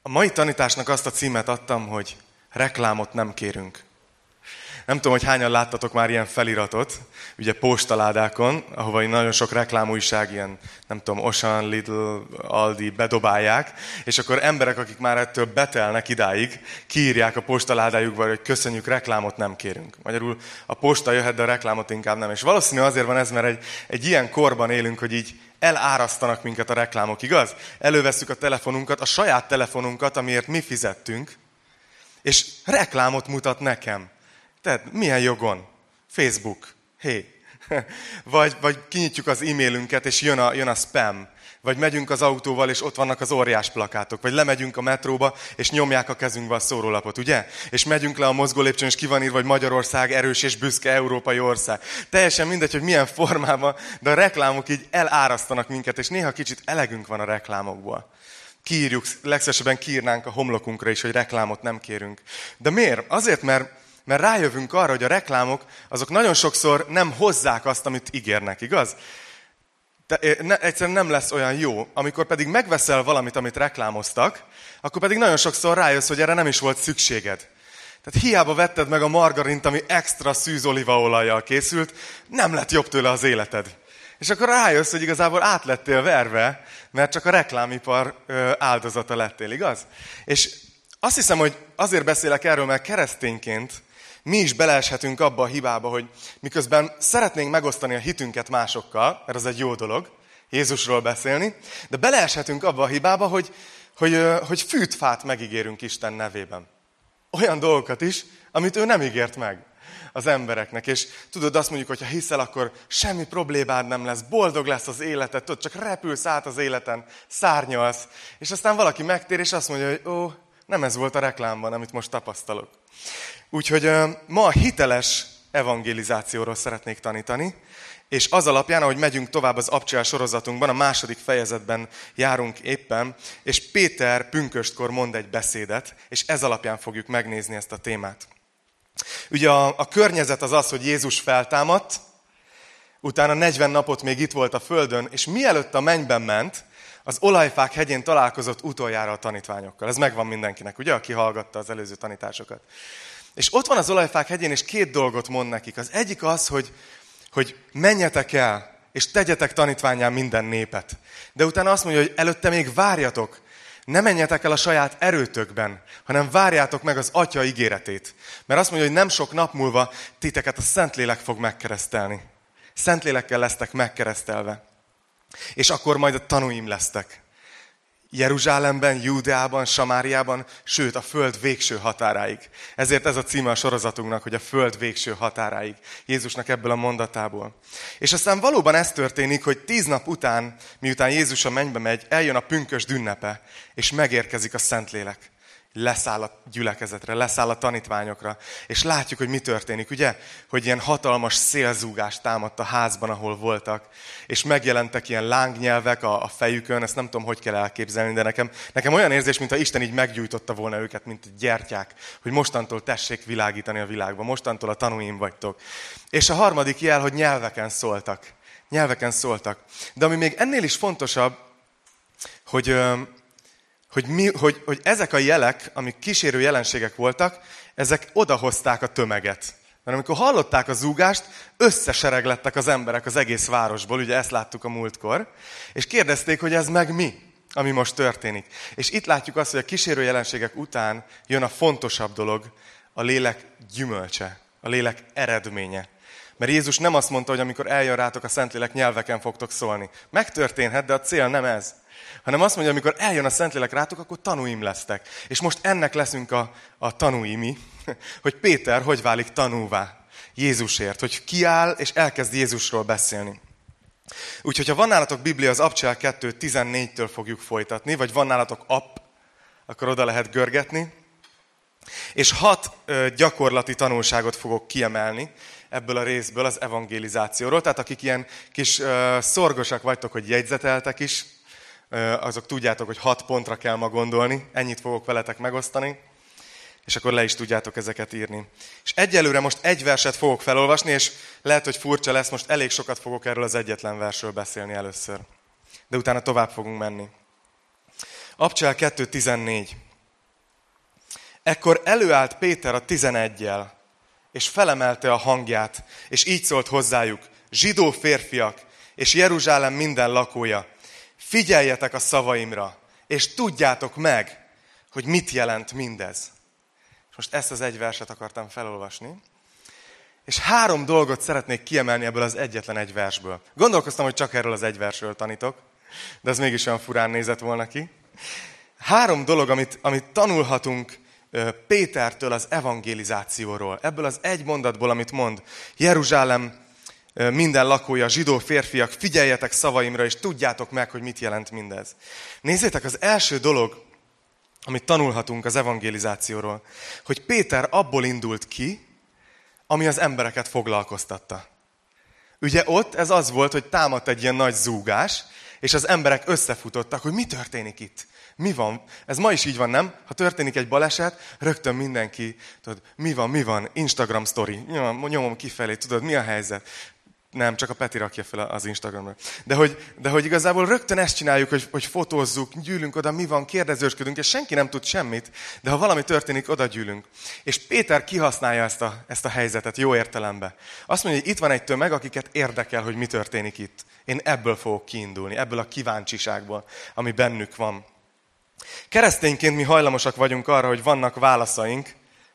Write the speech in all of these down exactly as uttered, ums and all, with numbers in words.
A mai tanításnak azt a címet adtam, hogy reklámot nem kérünk. Nem tudom, hogy hányan láttatok már ilyen feliratot, ugye postaládákon, ahova nagyon sok reklámújság, ilyen, nem tudom, Ocean, Lidl, Aldi bedobálják, és akkor emberek, akik már ettől betelnek idáig, kiírják a postaládájukba, hogy köszönjük, reklámot nem kérünk. Magyarul a posta jöhet, de a reklámot inkább nem. És valószínű azért van ez, mert egy, egy ilyen korban élünk, hogy így elárasztanak minket a reklámok, igaz? Elővesszük a telefonunkat, a saját telefonunkat, amiért mi fizettünk, és reklámot mutat nekem. Tehát milyen jogon? Facebook. Hé. Hey. Vagy, vagy kinyitjuk az e-mailünket, és jön a, jön a spam. Vagy megyünk az autóval, és ott vannak az óriás plakátok. Vagy lemegyünk a metróba, és nyomják a kezünkbe a szórólapot, ugye? És megyünk le a mozgólépcsőn, és ki van írva, hogy Magyarország erős és büszke európai ország. Teljesen mindegy, hogy milyen formában, de a reklámok így elárasztanak minket, és néha kicsit elegünk van a reklámokból. Kiírjuk, legszívesebben kiírnánk a homlokunkra is, hogy reklámot nem kérünk. De miért? Azért, mert Mert rájövünk arra, hogy a reklámok azok nagyon sokszor nem hozzák azt, amit ígérnek, igaz? De ne, egyszerűen nem lesz olyan jó. Amikor pedig megveszel valamit, amit reklámoztak, akkor pedig nagyon sokszor rájössz, hogy erre nem is volt szükséged. Tehát hiába vetted meg a margarint, ami extra szűz olívaolajjal készült, nem lett jobb tőle az életed. És akkor rájössz, hogy igazából át lettél verve, mert csak a reklámipar áldozata lettél, igaz? És azt hiszem, hogy azért beszélek erről, mert keresztényként mi is beleeshetünk abba a hibába, hogy miközben szeretnénk megosztani a hitünket másokkal, mert az egy jó dolog, Jézusról beszélni, de beleeshetünk abba a hibába, hogy, hogy, hogy fűtfát megígérünk Isten nevében. Olyan dolgokat is, amit ő nem ígért meg az embereknek. És tudod, azt mondjuk, hogy ha hiszel, akkor semmi problémád nem lesz, boldog lesz az életed, tudod, csak repülsz át az életen, szárnyalsz. És aztán valaki megtér, és azt mondja, hogy ó, nem ez volt a reklámban, amit most tapasztalok. Úgyhogy ma a hiteles evangelizációról szeretnék tanítani, és az alapján, ahogy megyünk tovább az Abcsel sorozatunkban, a második fejezetben járunk éppen, és Péter pünköstkor mond egy beszédet, és ez alapján fogjuk megnézni ezt a témát. Ugye a, a környezet az az, hogy Jézus feltámadt, utána negyven napot még itt volt a földön, és mielőtt a mennyben ment, az Olajfák hegyén találkozott utoljára a tanítványokkal. Ez megvan mindenkinek, ugye, aki hallgatta az előző tanításokat. És ott van az Olajfák hegyén, és két dolgot mond nekik. Az egyik az, hogy, hogy menjetek el, és tegyetek tanítvánnyá minden népet. De utána azt mondja, hogy előtte még várjatok. Ne menjetek el a saját erőtökben, hanem várjátok meg az Atya ígéretét. Mert azt mondja, hogy nem sok nap múlva titeket a Szentlélek fog megkeresztelni. Szentlélekkel lesztek megkeresztelve. És akkor majd a tanúim lesztek. Jeruzsálemben, Júdeában, Samáriában, sőt a föld végső határáig. Ezért ez a címe a sorozatunknak, hogy a föld végső határáig. Jézusnak ebből a mondatából. És aztán valóban ez történik, hogy tíz nap után, miután Jézus a mennybe megy, eljön a pünkösd ünnepe, és megérkezik a Szentlélek. Leszáll a gyülekezetre, leszáll a tanítványokra, és látjuk, hogy mi történik, ugye? Hogy ilyen hatalmas szélzúgás támadt a házban, ahol voltak, és megjelentek ilyen lángnyelvek a, a fejükön, ezt nem tudom, hogy kell elképzelni, de nekem, nekem olyan érzés, mintha Isten így meggyújtotta volna őket, mint gyertyák, hogy mostantól tessék világítani a világba, mostantól a tanúim vagytok. És a harmadik jel, hogy nyelveken szóltak. Nyelveken szóltak. De ami még ennél is fontosabb, hogy... Hogy, mi, hogy, hogy ezek a jelek, amik kísérő jelenségek voltak, ezek odahozták a tömeget. Mert amikor hallották a zúgást, összesereglettek az emberek az egész városból, ugye ezt láttuk a múltkor, és kérdezték, hogy ez meg mi, ami most történik. És itt látjuk azt, hogy a kísérő jelenségek után jön a fontosabb dolog, a lélek gyümölcse, a lélek eredménye. Mert Jézus nem azt mondta, hogy amikor eljön rátok a Szentlélek, nyelveken fogtok szólni. Megtörténhet, de a cél nem ez. Hanem azt mondja, amikor eljön a Szentlélek rátok, akkor tanúim lesztek. És most ennek leszünk a, a tanúimi, hogy Péter hogy válik tanúvá Jézusért, hogy kiáll és elkezd Jézusról beszélni. Úgyhogy ha van nálatok Biblia, az Abcsel kettő tizennégytől fogjuk folytatni, vagy van nálatok app, akkor oda lehet görgetni. És hat ö, gyakorlati tanulságot fogok kiemelni ebből a részből, az evangelizációról. Tehát akik ilyen kis ö, szorgosak vagytok, hogy jegyzeteltek is, azok tudjátok, hogy hat pontra kell ma gondolni, ennyit fogok veletek megosztani, és akkor le is tudjátok ezeket írni. És egyelőre most egy verset fogok felolvasni, és lehet, hogy furcsa lesz, most elég sokat fogok erről az egyetlen versről beszélni először. De utána tovább fogunk menni. Abcsel kettő tizennégy. Ekkor előállt Péter a tizeneggyel, és felemelte a hangját, és így szólt hozzájuk: zsidó férfiak, és Jeruzsálem minden lakója, figyeljetek a szavaimra, és tudjátok meg, hogy mit jelent mindez. Most ezt az egy verset akartam felolvasni. És három dolgot szeretnék kiemelni ebből az egyetlen egy versből. Gondolkoztam, hogy csak erről az egy versről tanítok, de ez mégis olyan furán nézett volna ki. Három dolog, amit, amit tanulhatunk Pétertől az evangelizációról. Ebből az egy mondatból, amit mond: Jeruzsálem minden lakója, zsidó férfiak, figyeljetek szavaimra, és tudjátok meg, hogy mit jelent mindez. Nézzétek, az első dolog, amit tanulhatunk az evangelizációról, hogy Péter abból indult ki, ami az embereket foglalkoztatta. Ugye ott ez az volt, hogy támadt egy ilyen nagy zúgás, és az emberek összefutottak, hogy mi történik itt. Mi van? Ez ma is így van, nem? Ha történik egy baleset, rögtön mindenki, tudod, mi van, mi van? Instagram story, nyomom, nyomom kifelé, tudod, mi a helyzet? Nem, csak a Peti rakja fel az Instagramra. De hogy, de hogy igazából rögtön ezt csináljuk, hogy, hogy fotózzuk, gyűlünk oda, mi van, kérdezősködünk, és senki nem tud semmit, de ha valami történik, oda gyűlünk. És Péter kihasználja ezt a, ezt a helyzetet jó értelemben. Azt mondja, hogy itt van egy tömeg, akiket érdekel, hogy mi történik itt. Én ebből fogok kiindulni, ebből a kíváncsiságból, ami bennük van. Keresztényként mi hajlamosak vagyunk arra, hogy vannak válaszaink,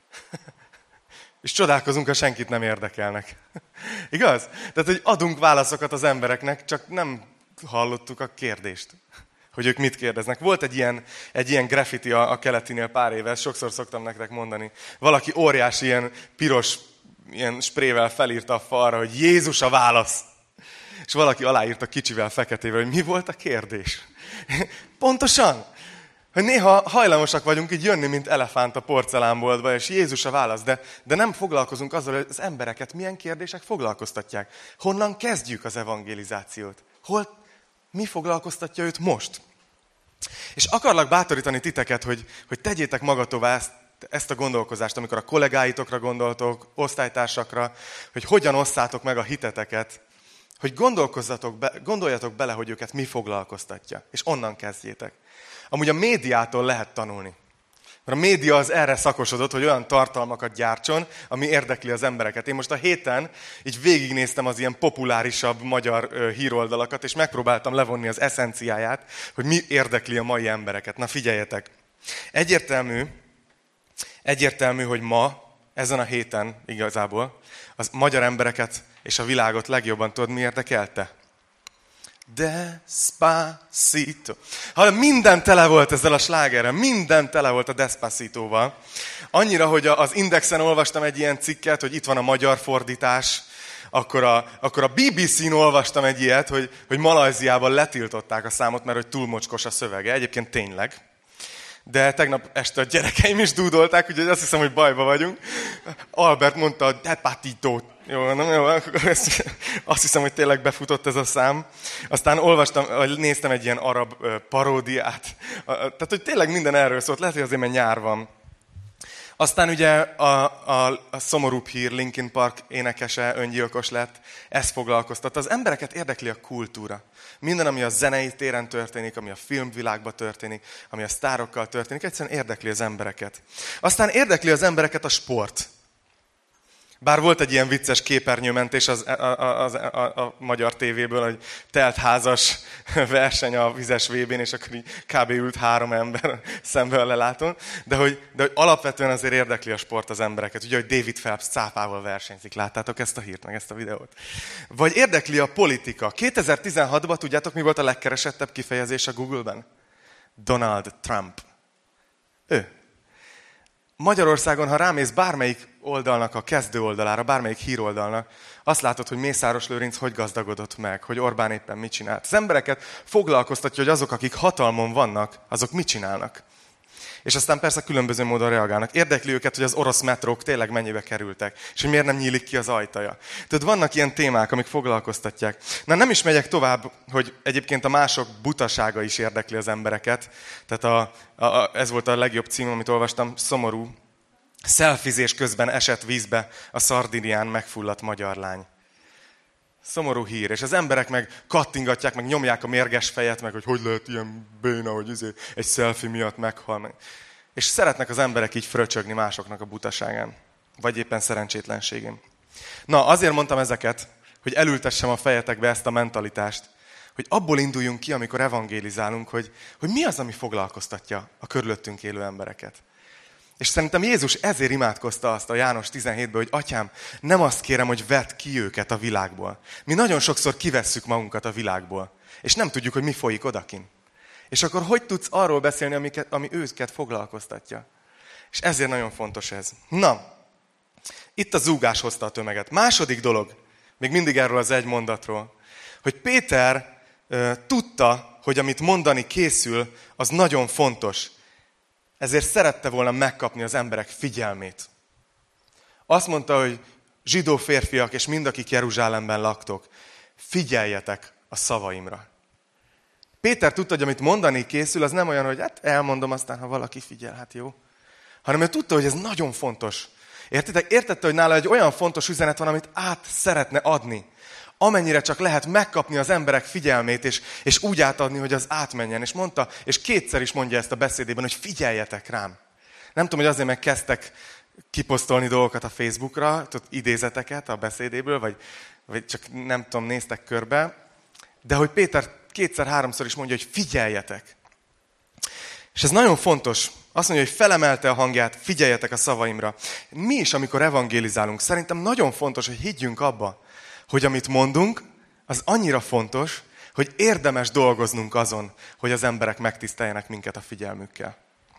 és csodálkozunk, ha senkit nem érdekelnek. Igaz? Tehát, hogy adunk válaszokat az embereknek, csak nem hallottuk a kérdést, hogy ők mit kérdeznek. Volt egy ilyen, egy ilyen graffiti a, a keletinél pár éve, ezt sokszor szoktam nektek mondani. Valaki óriási ilyen piros ilyen sprével felírta a falra, hogy Jézus a válasz. És valaki aláírta kicsivel, feketével, hogy mi volt a kérdés. Pontosan! Hogy néha hajlamosak vagyunk így jönni, mint elefánt a porcelánboltba, és Jézus a válasz, de, de nem foglalkozunk azzal, hogy az embereket milyen kérdések foglalkoztatják. Honnan kezdjük az evangelizációt? Hol, mi foglalkoztatja őt most? És akarlak bátorítani titeket, hogy, hogy tegyétek magatová ezt, ezt a gondolkozást, amikor a kollégáitokra gondoltok, osztálytársakra, hogy hogyan osszátok meg a hiteteket, hogy gondolkozzatok be, gondoljatok bele, hogy őket mi foglalkoztatja, és onnan kezdjétek. Amúgy a médiától lehet tanulni. Mert a média az erre szakosodott, hogy olyan tartalmakat gyártson, ami érdekli az embereket. Én most a héten így végignéztem az ilyen populárisabb magyar híroldalakat, és megpróbáltam levonni az eszenciáját, hogy mi érdekli a mai embereket. Na figyeljetek! Egyértelmű, egyértelmű, hogy ma, ezen a héten igazából, az magyar embereket és a világot legjobban tudod, mi érdekelte? Despacito. Ha minden tele volt ezzel a slágerrel, minden tele volt a Despacitóval. Annyira, hogy az Indexen olvastam egy ilyen cikket, hogy itt van a magyar fordítás, akkor a, akkor a bé bé cén olvastam egy ilyet, hogy, hogy Malajziában letiltották a számot, mert hogy túl mocskos a szövege. Egyébként tényleg. De tegnap este a gyerekeim is dúdolták, úgyhogy azt hiszem, hogy bajba vagyunk. Albert mondta a Despacito. Jó, nem jó, azt hiszem, hogy tényleg befutott ez a szám. Aztán olvastam, vagy néztem egy ilyen arab paródiát. Tehát, hogy tényleg minden erről szólt. Lehet, hogy azért, mert nyár van. Aztán ugye a, a, a szomorúbb hír, Linkin Park énekese öngyilkos lett, ez foglalkoztatta. Az embereket érdekli a kultúra. Minden, ami a zenei téren történik, ami a filmvilágban történik, ami a sztárokkal történik, egyszerűen érdekli az embereket. Aztán érdekli az embereket a sport. Bár volt egy ilyen vicces képernyőmentés az, a, a, a, a, a magyar tévéből, hogy teltházas verseny a vizes vé bén, és akkor így kb. Ült három ember szembe a lelátón. De hogy, de hogy alapvetően azért érdekli a sport az embereket. Ugye, hogy David Phelps cápával versenyzik. Láttátok ezt a hírt, meg ezt a videót? Vagy érdekli a politika. kétezer-tizenhatban tudjátok, mi volt a legkeresettebb kifejezés a Google-ben? Donald Trump. Ő. Magyarországon, ha rámész bármelyik oldalnak a kezdő oldalára, bármelyik híroldalnak, azt látod, hogy Mészáros Lőrinc hogy gazdagodott meg, hogy Orbán éppen mit csinált. Az embereket foglalkoztatja, hogy azok, akik hatalmon vannak, azok mit csinálnak. És aztán persze különböző módon reagálnak. Érdekli őket, hogy az orosz metrók tényleg mennyibe kerültek, és hogy miért nem nyílik ki az ajtaja. Tehát vannak ilyen témák, amik foglalkoztatják. Na nem is megyek tovább, hogy egyébként a mások butasága is érdekli az embereket. Tehát a, a, a, ez volt a legjobb cím, amit olvastam, szomorú. Szelfizés közben esett vízbe a Szardinián megfulladt magyar lány. Szomorú hír, és az emberek meg kattingatják, meg nyomják a mérges fejet, meg hogy hogy lehet ilyen béna, hogy izé egy selfie miatt meghal meg. És szeretnek az emberek így fröcsögni másoknak a butaságán. Vagy éppen szerencsétlenségén. Na, azért mondtam ezeket, hogy elültessem a fejetekbe ezt a mentalitást, hogy abból induljunk ki, amikor evangélizálunk, hogy, hogy mi az, ami foglalkoztatja a körülöttünk élő embereket. És szerintem Jézus ezért imádkozta azt a János tizenhétből, hogy atyám, nem azt kérem, hogy vedd ki őket a világból. Mi nagyon sokszor kivesszük magunkat a világból, és nem tudjuk, hogy mi folyik odakin. És akkor hogy tudsz arról beszélni, amiket, ami őket foglalkoztatja? És ezért nagyon fontos ez. Na, itt a zúgás hozta a tömeget. Második dolog, még mindig erről az egy mondatról, hogy Péter uh, tudta, hogy amit mondani készül, az nagyon fontos. Ezért szerette volna megkapni az emberek figyelmét. Azt mondta, hogy zsidó férfiak és mind, akik Jeruzsálemben laktok, figyeljetek a szavaimra. Péter tudta, hogy amit mondani készül, az nem olyan, hogy hát elmondom, aztán ha valaki figyel, hát jó. Hanem ő tudta, hogy ez nagyon fontos. Értitek? Értette, hogy nála egy olyan fontos üzenet van, amit át szeretne adni. Amennyire csak lehet megkapni az emberek figyelmét, és, és úgy átadni, hogy az átmenjen. És mondta, és kétszer is mondja ezt a beszédében, hogy figyeljetek rám. Nem tudom, hogy azért meg kezdtek kiposztolni dolgokat a Facebookra, tudod, idézeteket a beszédéből, vagy, vagy csak nem tudom, néztek körbe. De hogy Péter kétszer-háromszor is mondja, hogy figyeljetek. És ez nagyon fontos. Azt mondja, hogy felemelte a hangját, figyeljetek a szavaimra. Mi is, amikor evangélizálunk, szerintem nagyon fontos, hogy higgyünk abba, hogy amit mondunk, az annyira fontos, hogy érdemes dolgoznunk azon, hogy az emberek megtiszteljenek minket a figyelmükkel.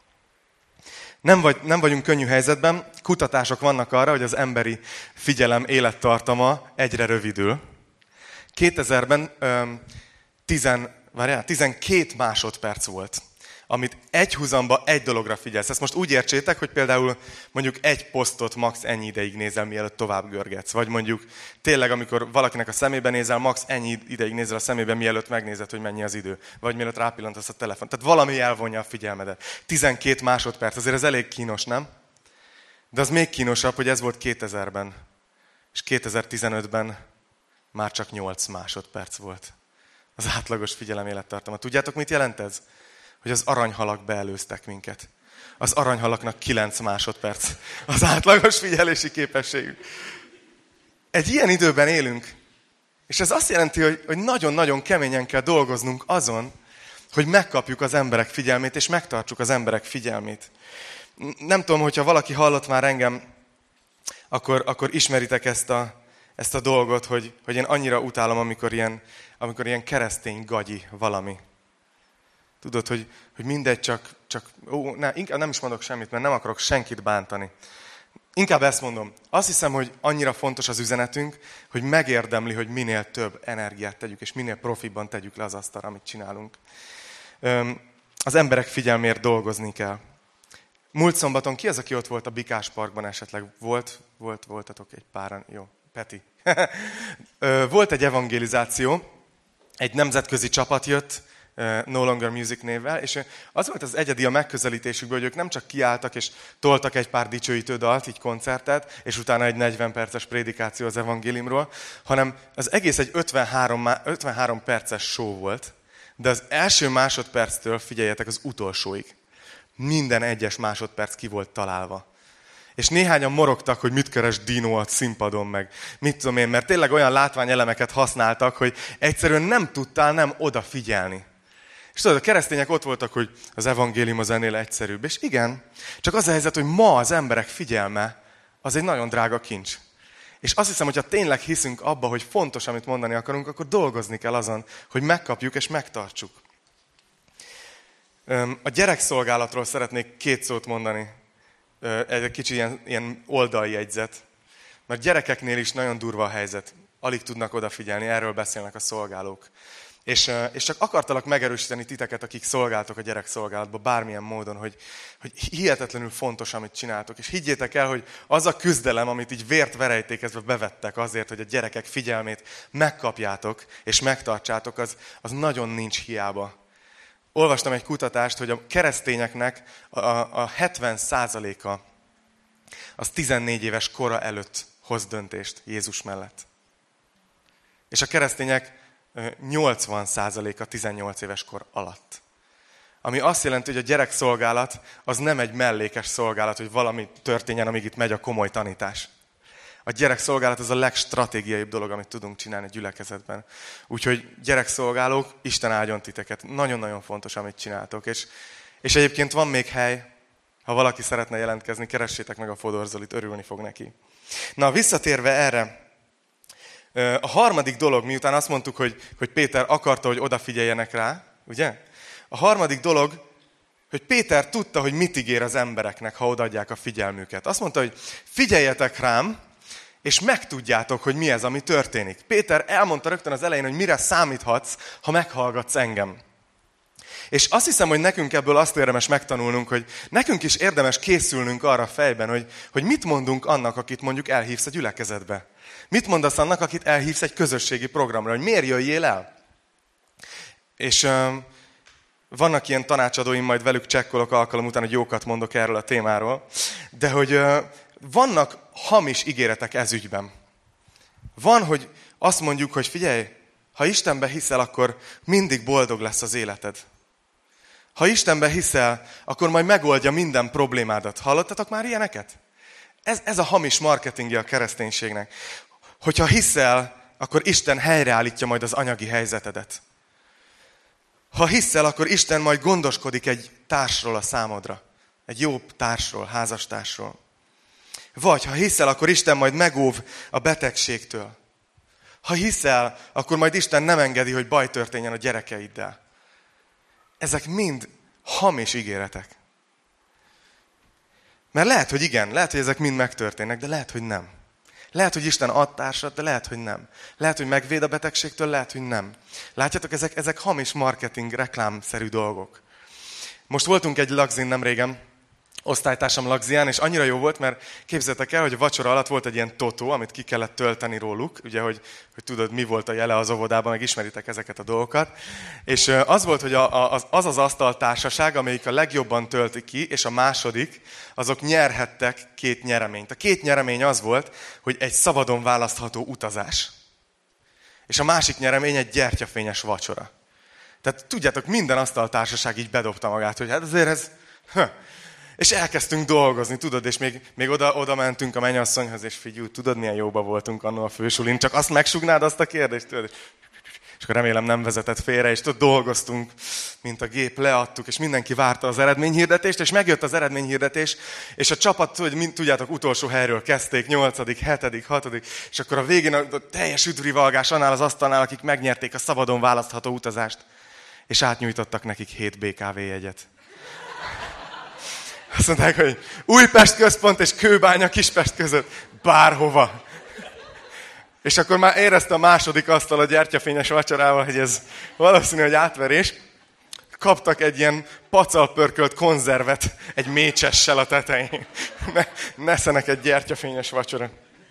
Nem, vagy, nem vagyunk könnyű helyzetben, kutatások vannak arra, hogy az emberi figyelem élettartama egyre rövidül. kétezerben öm, tizen, várjál, tizenkét másodperc volt, amit egy huzamba egy dologra figyelsz. Ezt most úgy értsétek, hogy például mondjuk egy posztot max. Ennyi ideig nézel, mielőtt tovább görgetsz. Vagy mondjuk tényleg, amikor valakinek a szemébe nézel, max. Ennyi ideig nézel a szemébe, mielőtt megnézed, hogy mennyi az idő. Vagy mielőtt rápillantasz a telefon. Tehát valami elvonja a figyelmedet. tizenkét másodperc, azért ez elég kínos, nem? De az még kínosabb, hogy ez volt kétezerben. És kétezer-tizenötben már csak nyolc másodperc volt. Az átlagos figyelem élettartama. Tudjátok, mit jelent ez? Hogy az aranyhalak beelőztek minket. Az aranyhalaknak kilenc másodperc az átlagos figyelési képességük. Egy ilyen időben élünk, és ez azt jelenti, hogy, hogy nagyon-nagyon keményen kell dolgoznunk azon, hogy megkapjuk az emberek figyelmét, és megtartsuk az emberek figyelmét. Nem tudom, hogyha valaki hallott már engem, akkor, akkor ismeritek ezt a, ezt a dolgot, hogy, hogy én annyira utálom, amikor ilyen, amikor ilyen keresztény gagyi valami. Tudod, hogy, hogy mindegy, csak, csak ó, ne, inkább nem is mondok semmit, mert nem akarok senkit bántani. Inkább ezt mondom. Azt hiszem, hogy annyira fontos az üzenetünk, hogy megérdemli, hogy minél több energiát tegyük, és minél profibban tegyük le az asztalra, amit csinálunk. Az emberek figyelmért dolgozni kell. Múlt szombaton ki az, aki ott volt a Bikás Parkban esetleg? Volt, volt, voltatok egy páran. Jó, Peti. Volt egy evangelizáció, egy nemzetközi csapat jött, No Longer Music névvel, és az volt az egyedi a megközelítésükből, hogy ők nem csak kiálltak és toltak egy pár dicsőítő dalt, így koncertet, és utána egy negyven perces prédikáció az evangéliumról, hanem az egész egy ötvenhárom, ötvenhárom perces show volt, de az első másodperctől, figyeljetek, az utolsóig. Minden egyes másodperc ki volt találva. És néhányan morogtak, hogy mit keres Dino a színpadon meg. Mit tudom én, mert tényleg olyan látványelemeket használtak, hogy egyszerűen nem tudtál nem odafigyelni. És tudod, a keresztények ott voltak, hogy az evangélium az ennél egyszerűbb. És igen, csak az a helyzet, hogy ma az emberek figyelme az egy nagyon drága kincs. És azt hiszem, hogyha tényleg hiszünk abba, hogy fontos, amit mondani akarunk, akkor dolgozni kell azon, hogy megkapjuk és megtartsuk. A gyerekszolgálatról szeretnék két szót mondani. Egy kicsi ilyen, ilyen oldaljegyzet. Mert gyerekeknél is nagyon durva a helyzet. Alig tudnak odafigyelni, erről beszélnek a szolgálók. És, és csak akartalak megerősíteni titeket, akik szolgáltok a gyerekszolgálatban, bármilyen módon, hogy, hogy hihetetlenül fontos, amit csináltok. És higgyétek el, hogy az a küzdelem, amit így vért verejtékezve bevettek azért, hogy a gyerekek figyelmét megkapjátok és megtartsátok, az, az nagyon nincs hiába. Olvastam egy kutatást, hogy a keresztényeknek a, a hetven százaléka az tizennégy éves kora előtt hoz döntést Jézus mellett. És a keresztények nyolcvan százaléka tizennyolc éves kor alatt. Ami azt jelenti, hogy a gyerekszolgálat az nem egy mellékes szolgálat, hogy valami történjen, amíg itt megy a komoly tanítás. A gyerekszolgálat az a legstratégiaibb dolog, amit tudunk csinálni a gyülekezetben. Úgyhogy gyerekszolgálók, Isten áldjon titeket. Nagyon-nagyon fontos, amit csináltok. És, és egyébként van még hely, ha valaki szeretne jelentkezni, keressétek meg a Fodor Zolit, örülni fog neki. Na, visszatérve erre, a harmadik dolog, miután azt mondtuk, hogy, hogy Péter akarta, hogy odafigyeljenek rá, ugye? A harmadik dolog, hogy Péter tudta, hogy mit ígér az embereknek, ha odaadják a figyelmüket. Azt mondta, hogy figyeljetek rám, és megtudjátok, hogy mi ez, ami történik. Péter elmondta rögtön az elején, hogy mire számíthatsz, ha meghallgatsz engem. És azt hiszem, hogy nekünk ebből azt érdemes megtanulnunk, hogy nekünk is érdemes készülnünk arra fejben, hogy, hogy mit mondunk annak, akit mondjuk elhívsz a gyülekezetbe. Mit mondasz annak, akit elhívsz egy közösségi programra, hogy miért jöjjél el? És uh, vannak ilyen tanácsadóim, majd velük csekkolok alkalom után, hogy jókat mondok erről a témáról, de hogy uh, vannak hamis ígéretek ez ügyben. Van, hogy azt mondjuk, hogy figyelj, ha Istenbe hiszel, akkor mindig boldog lesz az életed. Ha Istenbe hiszel, akkor majd megoldja minden problémádat. Hallottatok már ilyeneket? Ez, ez a hamis marketingje a kereszténységnek. Hogyha hiszel, akkor Isten helyreállítja majd az anyagi helyzetedet. Ha hiszel, akkor Isten majd gondoskodik egy társról a számodra. Egy jó társról, házastársról. Vagy ha hiszel, akkor Isten majd megóv a betegségtől. Ha hiszel, akkor majd Isten nem engedi, hogy baj történjen a gyerekeiddel. Ezek mind hamis ígéretek. Mert lehet, hogy igen, lehet, hogy ezek mind megtörténnek, de lehet, hogy nem. Lehet, hogy Isten ad társat, de lehet, hogy nem. Lehet, hogy megvéd a betegségtől, lehet, hogy nem. Látjátok, ezek, ezek hamis marketing, reklámszerű dolgok. Most voltunk egy lagzin nem régen, osztálytársam lagzián, és annyira jó volt, mert képzeljétek el, hogy a vacsora alatt volt egy ilyen totó, amit ki kellett tölteni róluk, ugye, hogy, hogy tudod, mi volt a jele az óvodában, meg ismeritek ezeket a dolgokat. És az volt, hogy a, a, az az asztaltársaság, amelyik a legjobban tölti ki, és a második, azok nyerhettek két nyereményt. A két nyeremény az volt, hogy egy szabadon választható utazás. És a másik nyeremény egy gyertyafényes vacsora. Tehát tudjátok, minden asztaltársaság így bedobta magát, hogy hát azért ez... Huh. És elkezdtünk dolgozni, tudod, és még, még oda, oda mentünk a mennyasszonyhoz, és figyelj, tudod, milyen jóba voltunk annól a fősulin, csak azt megsugnád azt a kérdést, tudod, és akkor remélem nem vezetett félre, és tudod, dolgoztunk, mint a gép, leadtuk, és mindenki várta az eredményhirdetést, és megjött az eredményhirdetés, és a csapat, hogy tudjátok, utolsó helyről kezdték, nyolcadik, hetedik, hatodik, és akkor a végén a, a teljes üdvrivalgás annál az asztalnál, akik megnyerték a szabadon választható utazást, és átnyújtottak nekik hét bé ká vé jegyet. Azt mondták, hogy Újpest központ és Kőbánya Kispest között bárhova. És akkor már érezte a második asztal a gyertyafényes vacsorával, hogy ez valószínű, hogy átverés. Kaptak egy ilyen pacalpörkölt konzervet egy mécsessel a tetején. Ne, neszenek egy gyertyafényes vacsora.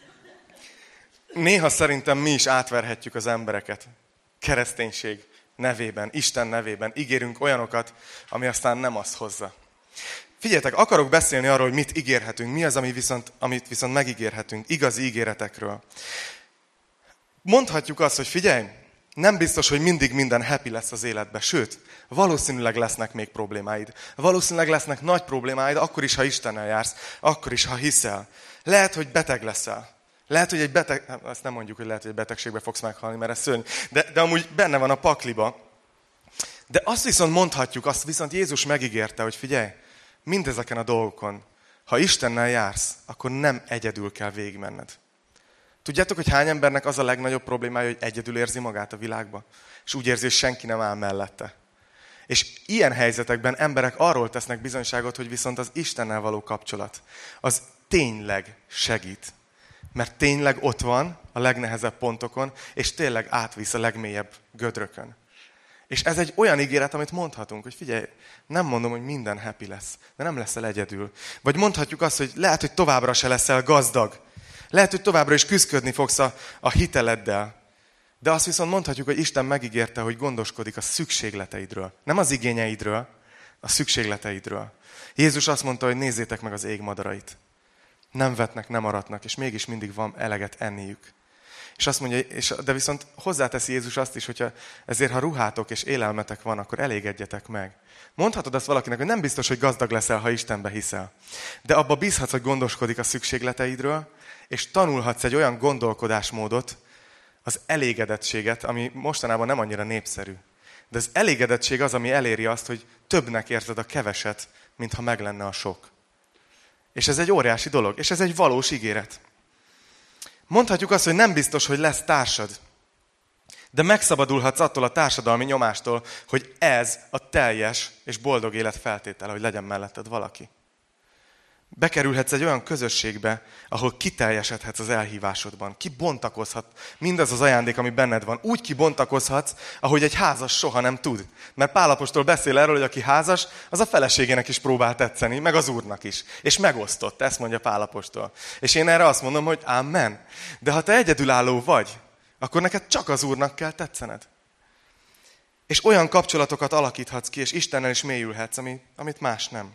Néha szerintem mi is átverhetjük az embereket. Kereszténység nevében, Isten nevében. Ígérünk olyanokat, ami aztán nem azt hozza. Figyeljetek, akarok beszélni arról, hogy mit ígérhetünk, mi az, ami viszont, amit viszont megígérhetünk, igazi ígéretekről. Mondhatjuk azt, hogy figyelj, nem biztos, hogy mindig minden happy lesz az életben, sőt, valószínűleg lesznek még problémáid. Valószínűleg lesznek nagy problémáid, akkor is, ha Istennel jársz, akkor is, ha hiszel. Lehet, hogy beteg leszel. Lehet, hogy egy beteg, azt nem mondjuk, hogy lehet, hogy egy betegségbe fogsz meghalni, mert ez szörnyű, de, de amúgy benne van a pakliba. De azt viszont mondhatjuk, azt viszont Jézus megígérte, hogy figyelj, mindezeken a dolgokon, ha Istennel jársz, akkor nem egyedül kell végigmenned. Tudjátok, hogy hány embernek az a legnagyobb problémája, hogy egyedül érzi magát a világba, és úgy érzi, hogy senki nem áll mellette. És ilyen helyzetekben emberek arról tesznek bizonyságot, hogy viszont az Istennel való kapcsolat, az tényleg segít. Mert tényleg ott van a legnehezebb pontokon, és tényleg átvisz a legmélyebb gödrökön. És ez egy olyan ígéret, amit mondhatunk, hogy figyelj, nem mondom, hogy minden happy lesz, de nem leszel egyedül. Vagy mondhatjuk azt, hogy lehet, hogy továbbra se leszel gazdag. Lehet, hogy továbbra is küzdködni fogsz a, a hiteleddel. De azt viszont mondhatjuk, hogy Isten megígérte, hogy gondoskodik a szükségleteidről. Nem az igényeidről, a szükségleteidről. Jézus azt mondta, hogy nézzétek meg az ég madarait. Nem vetnek, nem aratnak, és mégis mindig van eleget enniük. És azt mondja, és, de viszont hozzáteszi Jézus azt is, hogyha ezért ha ruhátok és élelmetek van, akkor elégedjetek meg. Mondhatod azt valakinek, hogy nem biztos, hogy gazdag leszel, ha Istenbe hiszel. De abba bízhatsz, hogy gondoskodik a szükségleteidről, és tanulhatsz egy olyan gondolkodásmódot, az elégedettséget, ami mostanában nem annyira népszerű. De az elégedettség az, ami eléri azt, hogy többnek érzed a keveset, mintha meg lenne a sok. És ez egy óriási dolog, és ez egy valós ígéret. Mondhatjuk azt, hogy nem biztos, hogy lesz társad, de megszabadulhatsz attól a társadalmi nyomástól, hogy ez a teljes és boldog élet feltétele, hogy legyen melletted valaki. Bekerülhetsz egy olyan közösségbe, ahol kiteljesedhetsz az elhívásodban. Kibontakozhat mindaz az ajándék, ami benned van. Úgy kibontakozhatsz, ahogy egy házas soha nem tud. Mert Pál apostol beszél erről, hogy aki házas, az a feleségének is próbál tetszeni, meg az Úrnak is. És megosztott, ezt mondja Pál apostol. És én erre azt mondom, hogy amen. De ha te egyedülálló vagy, akkor neked csak az Úrnak kell tetszened. És olyan kapcsolatokat alakíthatsz ki, és Istennel is mélyülhetsz, amit más nem.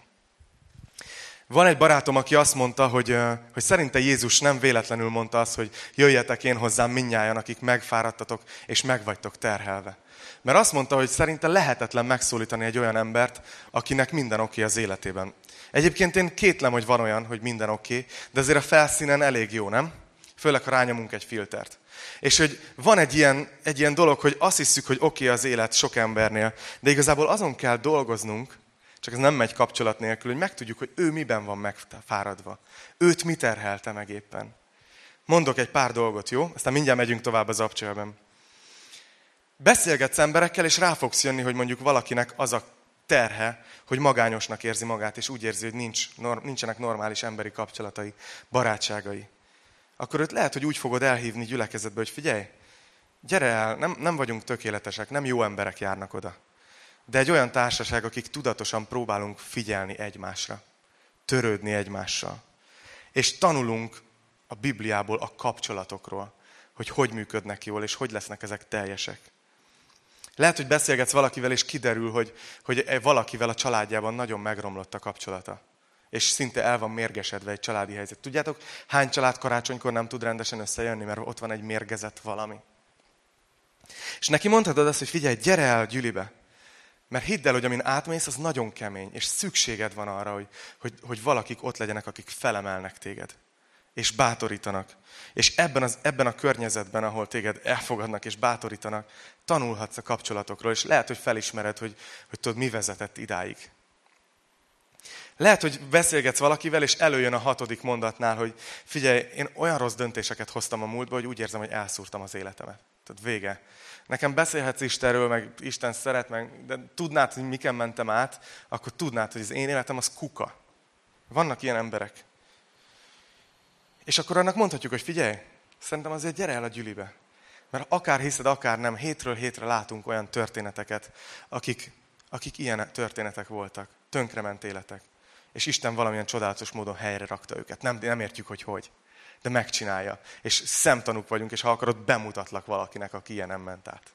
Van egy barátom, aki azt mondta, hogy, hogy szerinte Jézus nem véletlenül mondta azt, hogy jöjjetek én hozzám mindnyájan, akik megfáradtatok és megvagytok terhelve. Mert azt mondta, hogy szerinte lehetetlen megszólítani egy olyan embert, akinek minden oké az életében. Egyébként én kétlem, hogy van olyan, hogy minden oké, de azért a felszínen elég jó, nem? Főleg, ha rányomunk egy filtert. És hogy van egy ilyen, egy ilyen dolog, hogy azt hiszük, hogy oké az élet sok embernél, de igazából azon kell dolgoznunk, csak ez nem megy kapcsolat nélkül, hogy megtudjuk, hogy ő miben van megfáradva. Őt mi terhelte meg éppen. Mondok egy pár dolgot, jó? Aztán mindjárt megyünk tovább az abcsőben. Beszélgetsz emberekkel, és rá fogsz jönni, hogy mondjuk valakinek az a terhe, hogy magányosnak érzi magát, és úgy érzi, hogy nincs, nincsenek normális emberi kapcsolatai, barátságai. Akkor őt lehet, hogy úgy fogod elhívni gyülekezetbe, hogy figyelj, gyere el, nem, nem vagyunk tökéletesek, nem jó emberek járnak oda. De egy olyan társaság, akik tudatosan próbálunk figyelni egymásra, törődni egymással. És tanulunk a Bibliából a kapcsolatokról, hogy hogy működnek jól, és hogy lesznek ezek teljesek. Lehet, hogy beszélgetsz valakivel, és kiderül, hogy, hogy valakivel a családjában nagyon megromlott a kapcsolata. És szinte el van mérgesedve egy családi helyzet. Tudjátok, hány család karácsonykor nem tud rendesen összejönni, mert ott van egy mérgezett valami. És neki mondhatod azt, hogy figyelj, gyere el gyülibe. Mert hidd el, hogy amin átmész, az nagyon kemény, és szükséged van arra, hogy, hogy, hogy valakik ott legyenek, akik felemelnek téged, és bátorítanak. És ebben, az, ebben a környezetben, ahol téged elfogadnak és bátorítanak, tanulhatsz a kapcsolatokról, és lehet, hogy felismered, hogy, hogy tudod, mi vezetett idáig. Lehet, hogy beszélgetsz valakivel, és előjön a hatodik mondatnál, hogy figyelj, én olyan rossz döntéseket hoztam a múltba, hogy úgy érzem, hogy elszúrtam az életemet. Tehát vége. Nekem beszélhetsz Istenről, meg Isten szeret, meg, de tudnád, hogy miken mentem át, akkor tudnád, hogy az én életem az kuka. Vannak ilyen emberek. És akkor annak mondhatjuk, hogy figyelj, szerintem azért gyere el a gyülibe. Mert akár hiszed, akár nem, hétről hétre látunk olyan történeteket, akik, akik ilyen történetek voltak, tönkrement életek. És Isten valamilyen csodálatos módon helyre rakta őket. Nem, nem értjük, hogy hogy. De megcsinálja. És szemtanúk vagyunk, és ha akarod, bemutatlak valakinek, aki ilyen nem ment át.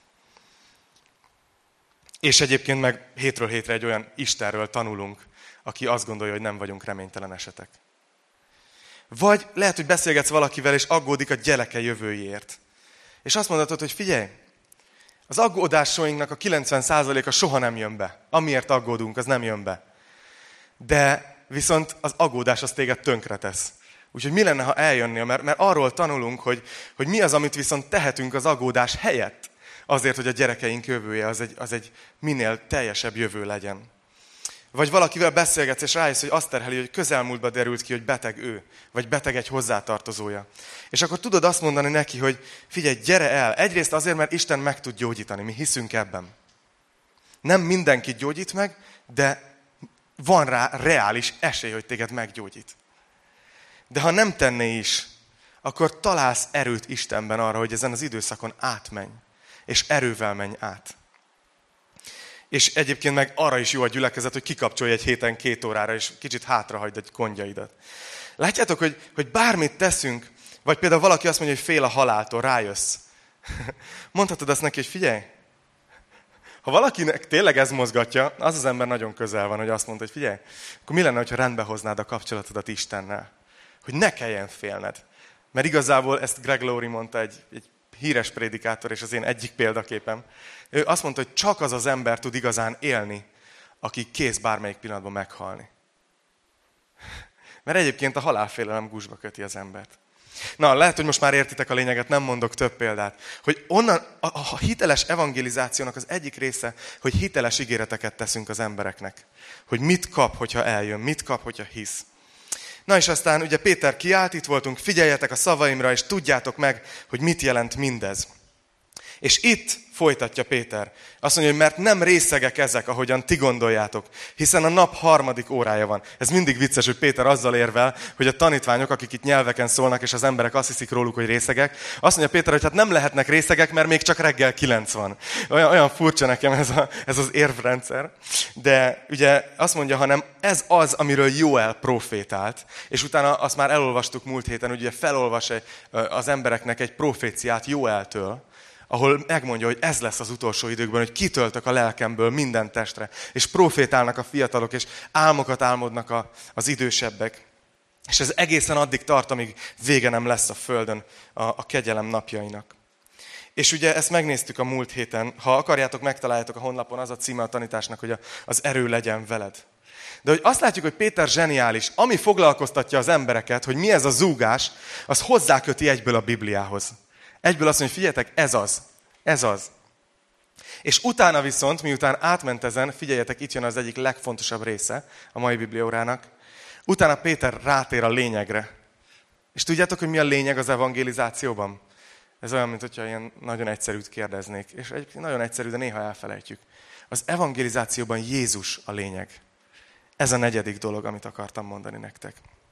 És egyébként meg hétről hétre egy olyan Istenről tanulunk, aki azt gondolja, hogy nem vagyunk reménytelen esetek. Vagy lehet, hogy beszélgetsz valakivel, és aggódik a gyereke jövőjéért. És azt mondhatod, hogy figyelj, az aggódásainknak a kilencven százaléka soha nem jön be. Amiért aggódunk, az nem jön be. De viszont az aggódás az téged tönkretesz. Úgyhogy mi lenne, ha eljönnél? Mert, mert arról tanulunk, hogy, hogy mi az, amit viszont tehetünk az aggódás helyett, azért, hogy a gyerekeink jövője az egy, az egy minél teljesebb jövő legyen. Vagy valakivel beszélgetsz, és rájössz, hogy azt terheli, hogy közelmúltba derült ki, hogy beteg ő, vagy beteg egy hozzátartozója. És akkor tudod azt mondani neki, hogy figyelj, gyere el. Egyrészt azért, mert Isten meg tud gyógyítani, mi hiszünk ebben. Nem mindenkit gyógyít meg, de van rá reális esély, hogy téged meggyógyít. De ha nem tenné is, akkor találsz erőt Istenben arra, hogy ezen az időszakon átmenj. És erővel menj át. És egyébként meg arra is jó a gyülekezet, hogy kikapcsolj egy héten két órára, és kicsit hátrahagyd egy gondjaidat. Látjátok, hogy, hogy bármit teszünk, vagy például valaki azt mondja, hogy fél a haláltól, rájössz. Mondhatod azt neki, hogy figyelj, ha valakinek tényleg ez mozgatja, az az ember nagyon közel van, hogy azt mondta, hogy figyelj, akkor mi lenne, ha rendbe hoznád a kapcsolatodat Istennel? Hogy ne kelljen félned. Mert igazából ezt Greg Laurie mondta, egy, egy híres prédikátor, és az én egyik példaképem. Ő azt mondta, hogy csak az az ember tud igazán élni, aki kész bármelyik pillanatban meghalni. Mert egyébként a halálfélelem gúzsba köti az embert. Na, lehet, hogy most már értitek a lényeget, nem mondok több példát. Hogy onnan a, a hiteles evangelizációnak az egyik része, hogy hiteles ígéreteket teszünk az embereknek. Hogy mit kap, hogyha eljön, mit kap, hogyha hisz. Na és aztán ugye Péter kiállt, itt voltunk, figyeljetek a szavaimra, és tudjátok meg, hogy mit jelent mindez. És itt folytatja Péter. Azt mondja, hogy mert nem részegek ezek, ahogyan ti gondoljátok, hiszen a nap harmadik órája van. Ez mindig vicces, hogy Péter azzal érvel, hogy a tanítványok, akik itt nyelveken szólnak, és az emberek azt hiszik róluk, hogy részegek, azt mondja Péter, hogy hát nem lehetnek részegek, mert még csak reggel kilenc van. Olyan, olyan furcsa nekem ez, a, ez az érvrendszer. De ugye azt mondja, hanem ez az, amiről Jóel profétált, és utána azt már elolvastuk múlt héten, hogy ugye felolvas az embereknek egy proféciát Jóeltől, ahol megmondja, hogy ez lesz az utolsó időkben, hogy kitöltök a lelkemből minden testre, és profétálnak a fiatalok, és álmokat álmodnak a, az idősebbek. És ez egészen addig tart, amíg vége nem lesz a földön a, a kegyelem napjainak. És ugye ezt megnéztük a múlt héten, ha akarjátok, megtaláljátok a honlapon, az a címe a tanításnak, hogy a, az erő legyen veled. De hogy azt látjuk, hogy Péter zseniális, ami foglalkoztatja az embereket, hogy mi ez a zúgás, az hozzáköti egyből a Bibliához. Egyből azt mondja, hogy figyeljetek, ez az, ez az. És utána viszont, miután átment ezen, figyeljetek, itt jön az egyik legfontosabb része a mai bibliaórának, utána Péter rátér a lényegre. És tudjátok, hogy mi a lényeg az evangelizációban? Ez olyan, mint hogyha ilyen nagyon egyszerűt kérdeznék. És egyébként nagyon egyszerű, de néha elfelejtjük. Az evangelizációban Jézus a lényeg. Ez a negyedik dolog, amit akartam mondani nektek.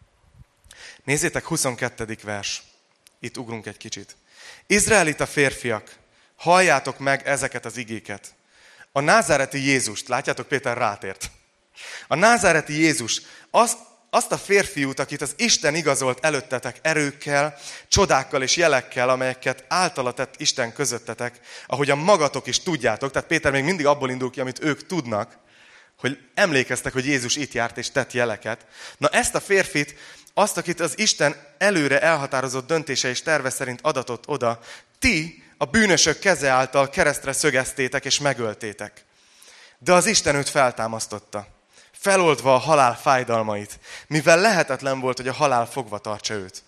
Nézzétek, huszonkettedik vers. Itt ugrunk egy kicsit. Izraelita férfiak, halljátok meg ezeket az igéket. A názáreti Jézust, látjátok, Péter rátért. A názáreti Jézus, az, azt a férfiút, akit az Isten igazolt előttetek erőkkel, csodákkal és jelekkel, amelyeket általa tett Isten közöttetek, ahogyan magatok is tudjátok, tehát Péter még mindig abból indul ki, amit ők tudnak, hogy emlékeztek, hogy Jézus itt járt és tett jeleket. Na ezt a férfit, azt, akit az Isten előre elhatározott döntése és terve szerint adatott oda, ti a bűnösök keze által keresztre szögeztétek és megöltétek. De az Isten őt feltámasztotta, feloldva a halál fájdalmait, mivel lehetetlen volt, hogy a halál fogva tartsa őt.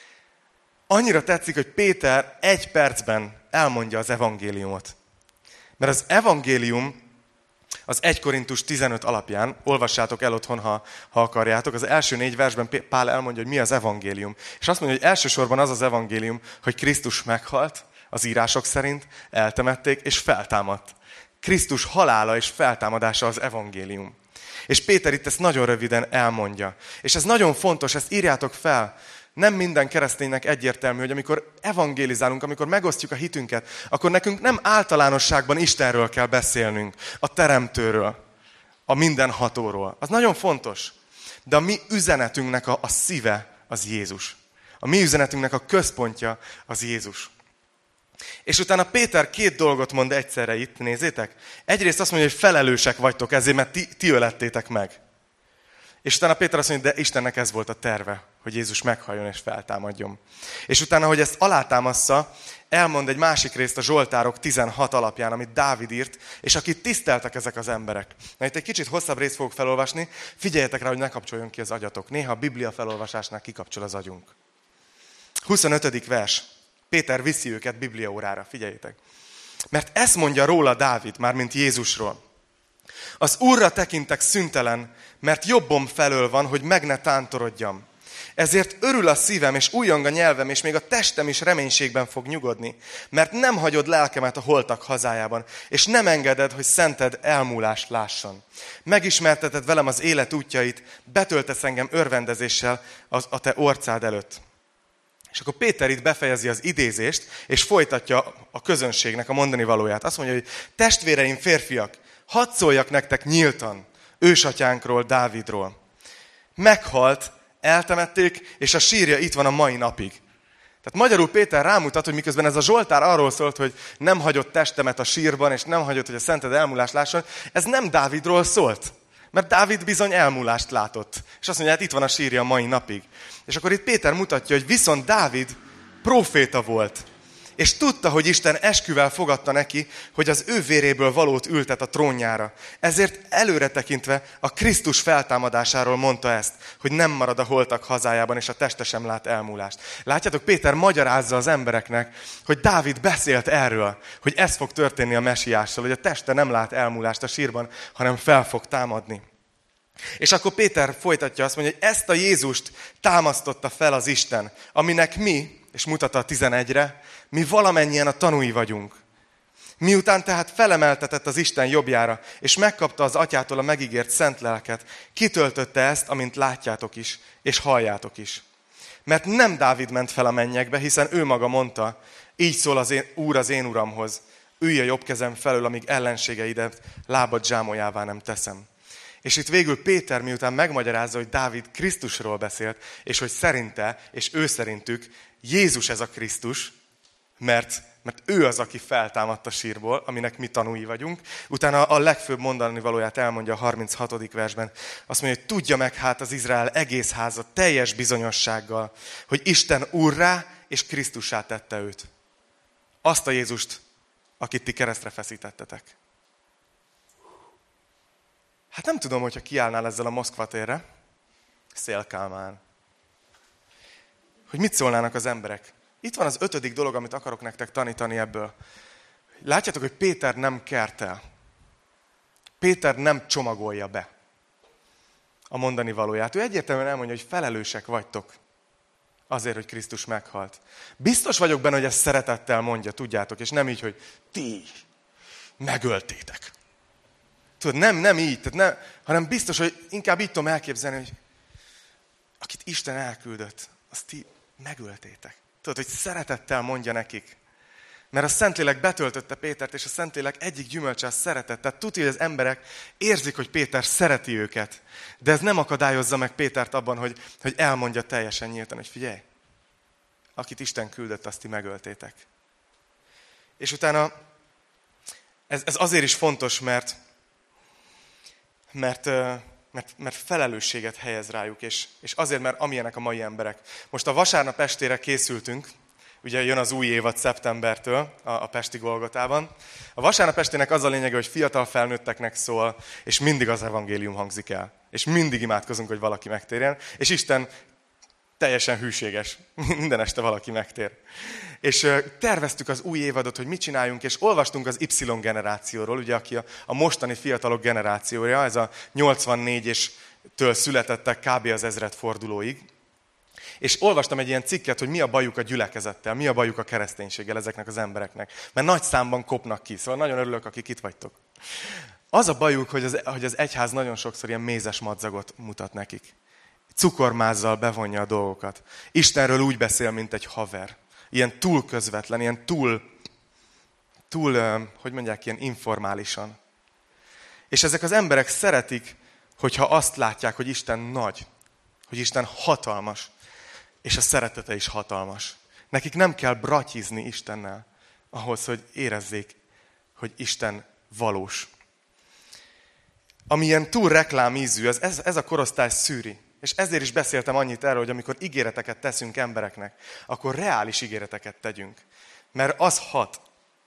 Annyira tetszik, hogy Péter egy percben elmondja az evangéliumot. Mert az evangélium az egy Korintus tizenöt alapján, olvassátok el otthon, ha, ha akarjátok, az első négy versben Pál elmondja, hogy mi az evangélium. És azt mondja, hogy elsősorban az az evangélium, hogy Krisztus meghalt, az írások szerint, eltemették és feltámadt. Krisztus halála és feltámadása az evangélium. És Péter itt ezt nagyon röviden elmondja. És ez nagyon fontos, ezt írjátok fel. Nem minden kereszténynek egyértelmű, hogy amikor evangélizálunk, amikor megosztjuk a hitünket, akkor nekünk nem általánosságban Istenről kell beszélnünk, a Teremtőről, a mindenhatóról. Az nagyon fontos. De a mi üzenetünknek a, a szíve az Jézus. A mi üzenetünknek a központja az Jézus. És utána Péter két dolgot mond egyszerre itt, nézzétek. Egyrészt azt mondja, hogy felelősek vagytok ezért, mert ti, ti ölettétek meg. És utána Péter azt mondja, de Istennek ez volt a terve, hogy Jézus meghalljon és feltámadjon. És utána, hogy ezt alátámassza, elmond egy másik részt a Zsoltárok tizenhat alapján, amit Dávid írt, és akit tiszteltek ezek az emberek. Na itt egy kicsit hosszabb részt fogok felolvasni, figyeljetek rá, hogy ne kapcsoljon ki az agyatok. Néha a Biblia felolvasásnál kikapcsol az agyunk. huszonötödik vers. Péter viszi őket Bibliaórára, figyeljétek. Mert ezt mondja róla Dávid, mármint Jézusról. Az Úrra tekintek szüntelen, mert jobbom felől van, hogy meg ne tántorodjam. Ezért örül a szívem, és újjong a nyelvem, és még a testem is reménységben fog nyugodni, mert nem hagyod lelkemet a holtak hazájában, és nem engeded, hogy szented elmúlást lásson. Megismerteted velem az élet útjait, betöltesz engem örvendezéssel az, a te orcád előtt. És akkor Péter itt befejezi az idézést, és folytatja a közönségnek a mondani valóját. Azt mondja, hogy testvéreim férfiak, hadd szóljak nektek nyíltan ősatyánkról, Dávidról. Meghalt, eltemették, és a sírja itt van a mai napig. Tehát magyarul Péter rámutat, hogy miközben ez a Zsoltár arról szólt, hogy nem hagyott testemet a sírban, és nem hagyott, hogy a szented elmúlást lásson, ez nem Dávidról szólt. Mert Dávid bizony elmúlást látott. És azt mondja, hát itt van a sírja a mai napig. És akkor itt Péter mutatja, hogy viszont Dávid próféta volt. És tudta, hogy Isten esküvel fogadta neki, hogy az ő véréből valót ültet a trónjára. Ezért előre tekintve a Krisztus feltámadásáról mondta ezt, hogy nem marad a holtak hazájában, és a teste sem lát elmúlást. Látjátok, Péter magyarázza az embereknek, hogy Dávid beszélt erről, hogy ez fog történni a mesiással, hogy a teste nem lát elmúlást a sírban, hanem fel fog támadni. És akkor Péter folytatja, azt mondja, hogy ezt a Jézust támasztotta fel az Isten, aminek mi, és mutat a tizenegyre, mi valamennyien a tanúi vagyunk. Miután tehát felemeltetett az Isten jobbjára, és megkapta az atyától a megígért szent lelket, kitöltötte ezt, amint látjátok is, és halljátok is. Mert nem Dávid ment fel a mennyekbe, hiszen ő maga mondta, így szól az én, Úr az én uramhoz, ülj a jobb kezem felől, amíg ellenségeidet lábad zsámolyává nem teszem. És itt végül Péter miután megmagyarázza, hogy Dávid Krisztusról beszélt, és hogy szerinte, és ő szerintük Jézus ez a Krisztus, mert, mert ő az, aki feltámadt a sírból, aminek mi tanúi vagyunk. Utána a legfőbb mondani valóját elmondja a harminchatodik versben. Azt mondja, hogy tudja meg hát az Izrael egész háza teljes bizonyossággal, hogy Isten Úrrá és Krisztussá tette őt. Azt a Jézust, akit ti keresztre feszítettetek. Hát nem tudom, hogyha kiállnál ezzel a Moszkva térre, Szél-Kálmán, hogy mit szólnának az emberek. Itt van az ötödik dolog, amit akarok nektek tanítani ebből. Látjátok, hogy Péter nem kertel. Péter nem csomagolja be a mondani valóját. Ő egyértelműen elmondja, hogy felelősek vagytok azért, hogy Krisztus meghalt. Biztos vagyok benne, hogy ezt szeretettel mondja, tudjátok, és nem így, hogy ti megöltétek. Tudod, nem, nem így, tehát nem, hanem biztos, hogy inkább így tudom elképzelni, hogy akit Isten elküldött, azt ti megöltétek. Tudod, hogy szeretettel mondja nekik. Mert a Szentlélek betöltötte Pétert, és a Szentlélek egyik gyümölcse a szeretet. Tehát tudja, hogy az emberek érzik, hogy Péter szereti őket. De ez nem akadályozza meg Pétert abban, hogy, hogy elmondja teljesen nyíltan, hogy figyelj, akit Isten küldött, azt ti megöltétek. És utána ez, ez azért is fontos, mert, mert, mert, mert felelősséget helyez rájuk, és, és azért, mert amilyenek a mai emberek. Most a vasárnap estére készültünk, ugye jön az új évad szeptembertől a, a Pesti Golgotában. A vasárnap estének az a lényege, hogy fiatal felnőtteknek szól, és mindig az evangélium hangzik el. És mindig imádkozunk, hogy valaki megtérjen. És Isten teljesen hűséges. Minden este valaki megtér. És uh, terveztük az új évadot, hogy mit csináljunk, és olvastunk az Y generációról, ugye, aki a, a mostani fiatalok generációja, ez a nyolcvannégy és től születettek kb. Az ezredfordulóig. És olvastam egy ilyen cikket, hogy mi a bajuk a gyülekezettel, mi a bajuk a kereszténységgel ezeknek az embereknek. Mert nagy számban kopnak ki, szóval nagyon örülök, akik itt vagytok. Az a bajuk, hogy az, hogy az egyház nagyon sokszor ilyen mézes madzagot mutat nekik. Cukormázzal bevonja a dolgokat. Istenről úgy beszél, mint egy haver. Ilyen túl közvetlen, ilyen túl, túl, hogy mondják, ilyen informálisan. És ezek az emberek szeretik, hogyha azt látják, hogy Isten nagy, hogy Isten hatalmas, és a szeretete is hatalmas. Nekik nem kell bratyizni Istennel, ahhoz, hogy érezzék, hogy Isten valós. Ami ilyen túl reklámízű, ez, ez, ez a korosztály szűri. És ezért is beszéltem annyit erről, hogy amikor ígéreteket teszünk embereknek, akkor reális ígéreteket tegyünk. Mert az hat.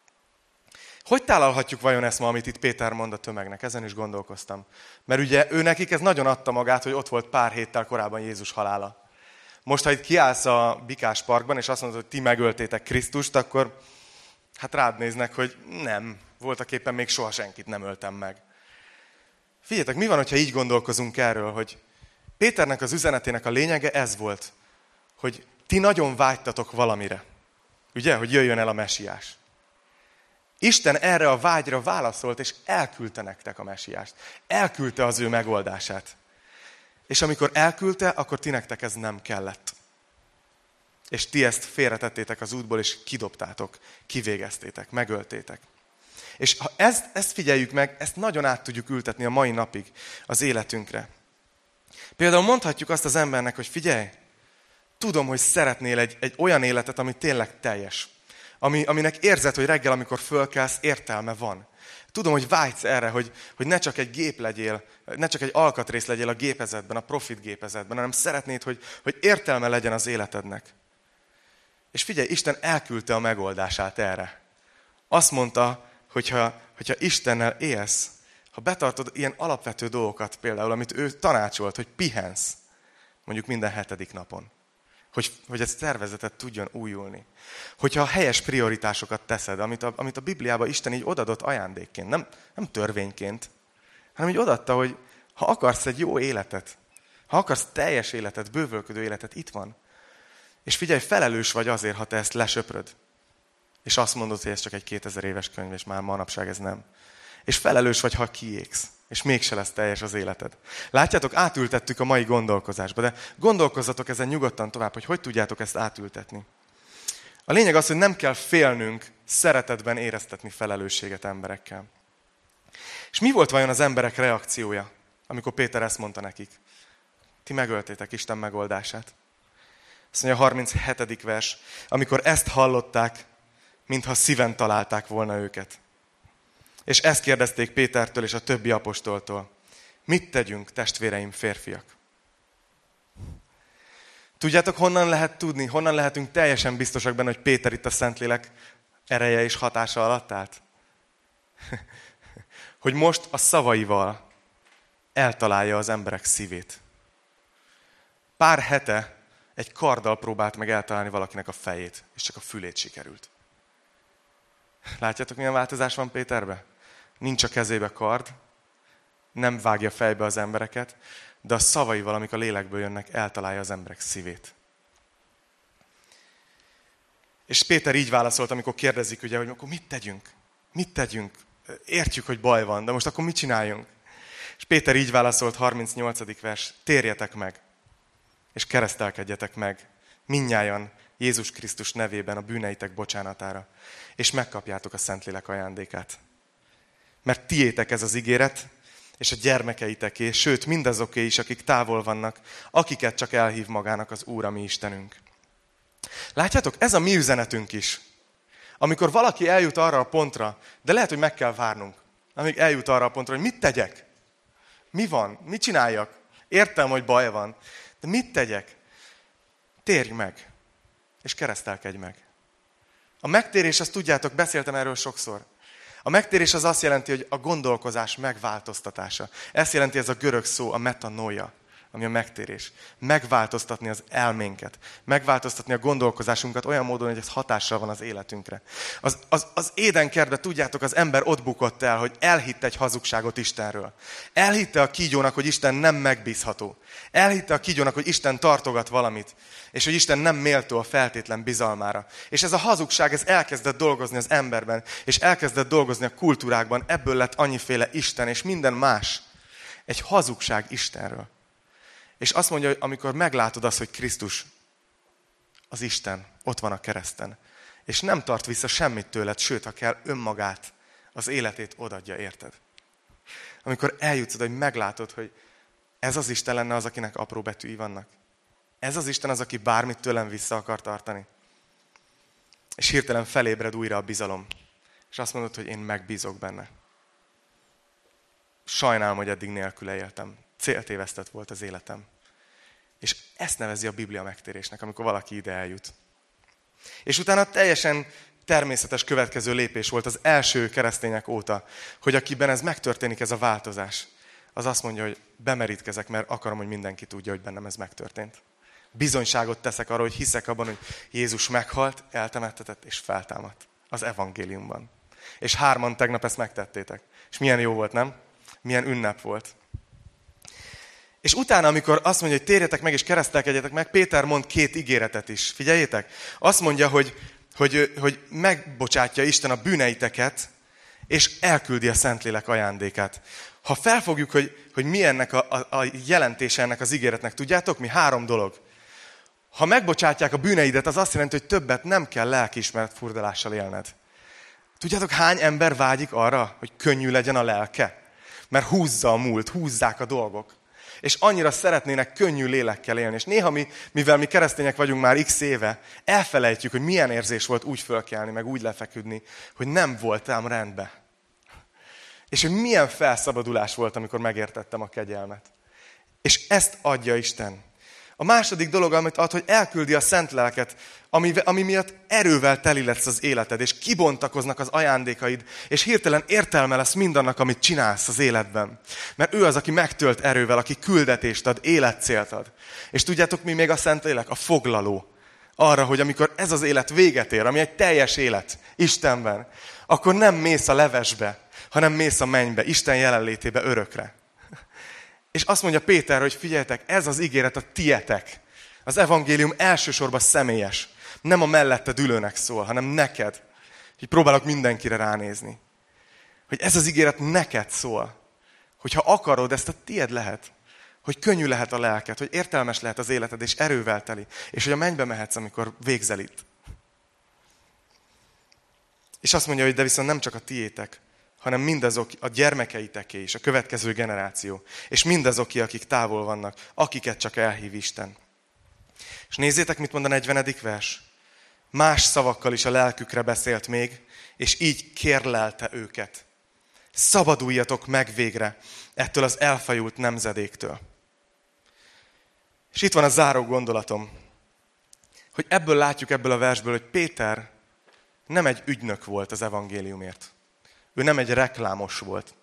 Hogy tálalhatjuk vajon ezt ma, amit itt Péter mond a tömegnek? Ezen is gondolkoztam. Mert ugye ő nekik ez nagyon adta magát, hogy ott volt pár héttel korábban Jézus halála. Most, ha itt kiállsz a Bikás Parkban, és azt mondod, hogy ti megöltétek Krisztust, akkor hát rád néznek, hogy nem, voltak éppen még soha senkit nem öltem meg. Figyeljetek, mi van, hogyha így gondolkozunk erről, hogy Péternek az üzenetének a lényege ez volt, hogy ti nagyon vágytatok valamire. Ugye, hogy jöjjön el a mesiás. Isten erre a vágyra válaszolt, és elküldte nektek a mesiást. Elküldte az ő megoldását. És amikor elküldte, akkor ti nektek ez nem kellett. És ti ezt félretettétek az útból, és kidobtátok, kivégeztétek, megöltétek. És ha ezt, ezt figyeljük meg, ezt nagyon át tudjuk ültetni a mai napig az életünkre. Például mondhatjuk azt az embernek, hogy figyelj, tudom, hogy szeretnél egy, egy olyan életet, ami tényleg teljes. Ami, aminek érzed, hogy reggel, amikor fölkelsz, értelme van. Tudom, hogy vágysz erre, hogy, hogy ne csak egy gép legyél, ne csak egy alkatrész legyél a gépezetben, a profit gépezetben, hanem szeretnéd, hogy, hogy értelme legyen az életednek. És figyelj, Isten elküldte a megoldását erre. Azt mondta, hogyha, hogyha Istennel élsz, ha betartod ilyen alapvető dolgokat például, amit ő tanácsolt, hogy pihensz, mondjuk minden hetedik napon, hogy, hogy ez szervezetet tudjon újulni. Hogyha a helyes prioritásokat teszed, amit a, amit a Bibliában Isten így odadott ajándékként, nem, nem törvényként, hanem így odaadta, hogy ha akarsz egy jó életet, ha akarsz teljes életet, bővölködő életet, itt van. És figyelj, felelős vagy azért, ha te ezt lesöpröd. És azt mondod, hogy ez csak egy kétezer éves könyv, és már manapság ez nem. És felelős vagy, ha kiégsz, és mégse lesz teljes az életed. Látjátok, átültettük a mai gondolkozásba, de gondolkozzatok ezen nyugodtan tovább, hogy hogy tudjátok ezt átültetni. A lényeg az, hogy nem kell félnünk szeretetben éreztetni felelősséget emberekkel. És mi volt vajon az emberek reakciója, amikor Péter ezt mondta nekik? Ti megöltétek Isten megoldását. Azt mondja a harminchetedik vers, amikor ezt hallották, mintha szíven találták volna őket. És ezt kérdezték Pétertől és a többi apostoltól. Mit tegyünk, testvéreim, férfiak? Tudjátok, honnan lehet tudni, honnan lehetünk teljesen biztosak benne, hogy Péter itt a Szentlélek ereje és hatása alatt állt? Hogy most a szavaival eltalálja az emberek szívét. Pár hete egy karddal próbált meg eltalálni valakinek a fejét, és csak a fülét sikerült. Látjátok, milyen változás van Péterbe? Nincs a kezébe kard, nem vágja fejbe az embereket, de a szavaival, amik a lélekből jönnek, eltalálja az emberek szívét. És Péter így válaszolt, amikor kérdezik, ugye, hogy akkor mit tegyünk? Mit tegyünk? Értjük, hogy baj van, de most akkor mit csináljunk? És Péter így válaszolt, harmincnyolcadik vers, térjetek meg, és keresztelkedjetek meg, mindnyájan Jézus Krisztus nevében a bűneitek bocsánatára, és megkapjátok a Szentlélek ajándékát. Mert tiétek ez az ígéret, és a gyermekeiteké, sőt mindazoké is, akik távol vannak, akiket csak elhív magának az Úr, a mi Istenünk. Látjátok, ez a mi üzenetünk is. Amikor valaki eljut arra a pontra, de lehet, hogy meg kell várnunk, amíg eljut arra a pontra, hogy mit tegyek? Mi van? Mit csináljak? Értem, hogy baj van, de mit tegyek? Térj meg, és keresztelkedj meg. A megtérés, azt tudjátok, beszéltem erről sokszor. A megtérés az azt jelenti, hogy a gondolkozás megváltoztatása. Ezt jelenti ez a görög szó, a metanoia, ami a megtérés. Megváltoztatni az elménket. Megváltoztatni a gondolkozásunkat olyan módon, hogy ez hatással van az életünkre. Az, az, az Édenkertben, tudjátok, az ember ott bukott el, hogy elhitte egy hazugságot Istenről. Elhitte a kígyónak, hogy Isten nem megbízható. Elhitte a kígyónak, hogy Isten tartogat valamit, és hogy Isten nem méltó a feltétlen bizalmára. És ez a hazugság, ez elkezdett dolgozni az emberben, és elkezdett dolgozni a kultúrákban, ebből lett annyiféle Isten, és minden más. Egy hazugság Istenről. És azt mondja, hogy amikor meglátod azt, hogy Krisztus, az Isten, ott van a kereszten, és nem tart vissza semmit tőled, sőt, ha kell, önmagát, az életét odadja, érted? Amikor eljutsz oda, hogy meglátod, hogy ez az Isten lenne az, akinek apró betűi vannak. Ez az Isten az, aki bármit tőlem vissza akar tartani. És hirtelen felébred újra a bizalom. És azt mondod, hogy én megbízok benne. Sajnálom, hogy eddig nélküle éltem. Céltévesztett volt az életem. És ezt nevezi a Biblia megtérésnek, amikor valaki ide eljut. És utána teljesen természetes következő lépés volt az első keresztények óta, hogy akiben ez megtörténik, ez a változás, az azt mondja, hogy bemerítkezek, mert akarom, hogy mindenki tudja, hogy bennem ez megtörtént. Bizonyságot teszek arra, hogy hiszek abban, hogy Jézus meghalt, eltemettetett és feltámadt az evangéliumban. És hárman tegnap ezt megtettétek. És milyen jó volt, nem? Milyen ünnep volt. És utána, amikor azt mondja, hogy térjetek meg és keresztelkedjetek meg, Péter mond két ígéretet is. Figyeljétek! Azt mondja, hogy, hogy, hogy megbocsátja Isten a bűneiteket, és elküldi a Szentlélek ajándékát. Ha felfogjuk, hogy, hogy mi ennek a, a, a jelentése ennek az ígéretnek, tudjátok mi? Három dolog. Ha megbocsátják a bűneidet, az azt jelenti, hogy többet nem kell lelkiismeret furdalással élned. Tudjátok, hány ember vágyik arra, hogy könnyű legyen a lelke? Mert húzza a múlt, húzzák a dolgok. És annyira szeretnének könnyű lélekkel élni. És néha mi, mivel mi keresztények vagyunk már x éve, elfelejtjük, hogy milyen érzés volt úgy fölkelni, meg úgy lefeküdni, hogy nem voltám rendben. És hogy milyen felszabadulás volt, amikor megértettem a kegyelmet. És ezt adja Isten. A második dolog, amit ad, hogy elküldi a szent lelket, ami, ami miatt erővel teli lesz az életed, és kibontakoznak az ajándékaid, és hirtelen értelme lesz mindannak, amit csinálsz az életben. Mert ő az, aki megtölt erővel, aki küldetést ad, életcélt ad. És tudjátok, mi még a szent lélek? A foglaló. Arra, hogy amikor ez az élet véget ér, ami egy teljes élet Istenben, akkor nem mész a levesbe, hanem mész a mennybe, Isten jelenlétébe örökre. És azt mondja Péter, hogy figyeljetek, ez az ígéret a tietek. Az evangélium elsősorban személyes. Nem a melletted ülőnek szól, hanem neked. Így próbálok mindenkire ránézni. Hogy ez az ígéret neked szól. Hogyha akarod, ezt a tied lehet. Hogy könnyű lehet a lelked, hogy értelmes lehet az életed, és erővel teli. És hogy a mennybe mehetsz, amikor végzel itt. És azt mondja, hogy de viszont nem csak a tiétek, hanem mindazok a gyermekeiteké is, a következő generáció. És mindazoké, akik távol vannak, akiket csak elhív Isten. És nézzétek, mit mond a negyvenedik vers. Más szavakkal is a lelkükre beszélt még, és így kérlelte őket. Szabaduljatok meg végre ettől az elfajult nemzedéktől. És itt van a záró gondolatom, hogy ebből látjuk, ebből a versből, hogy Péter nem egy ügynök volt az evangéliumért. Ő nem egy reklámos volt.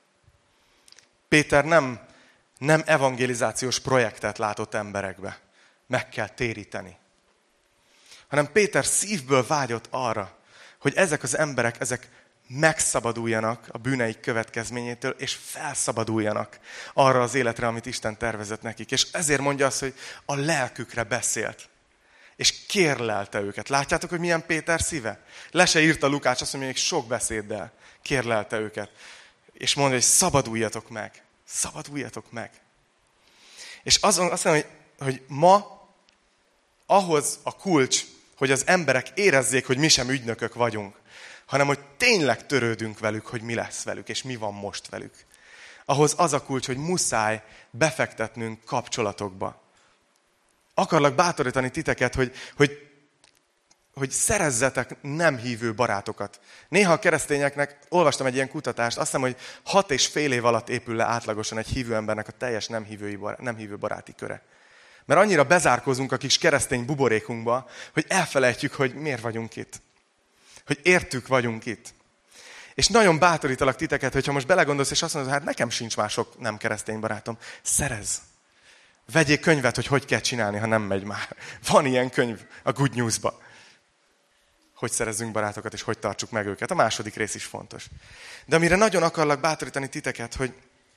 Péter nem, nem evangelizációs projektet látott emberekbe. Meg kell téríteni. Hanem Péter szívből vágyott arra, hogy ezek az emberek, ezek megszabaduljanak a bűneik következményétől, és felszabaduljanak arra az életre, amit Isten tervezett nekik. És ezért mondja azt, hogy a lelkükre beszélt. És kérlelte őket. Látjátok, hogy milyen Péter szíve? Le se írta Lukács, azt mondja, még sok beszéddel kérlelte őket. És mondja, hogy szabaduljatok meg. Szabaduljatok meg. És azon, azt mondja, hogy, hogy ma ahhoz a kulcs, hogy az emberek érezzék, hogy mi sem ügynökök vagyunk, hanem hogy tényleg törődünk velük, hogy mi lesz velük, és mi van most velük. Ahhoz az a kulcs, hogy muszáj befektetnünk kapcsolatokba. Akarlak bátorítani titeket, hogy, hogy, hogy szerezzetek nem hívő barátokat. Néha a keresztényeknek, olvastam egy ilyen kutatást, azt hiszem, hogy hat és fél év alatt épül le átlagosan egy hívő embernek a teljes nem, hívői, nem hívő baráti köre. Mert annyira bezárkózunk a kis keresztény buborékunkba, hogy elfelejtjük, hogy miért vagyunk itt. Hogy értük vagyunk itt. És nagyon bátorítalak titeket, hogyha most belegondolsz, és azt mondod, hát nekem sincs már sok nem keresztény barátom. Szerezz! Vegyél könyvet, hogy hogy kell csinálni, ha nem megy már. Van ilyen könyv a Good News-ba. Hogy szerezzünk barátokat, és hogy tartsuk meg őket. A második rész is fontos. De amire nagyon akarlak bátorítani titeket, hogy,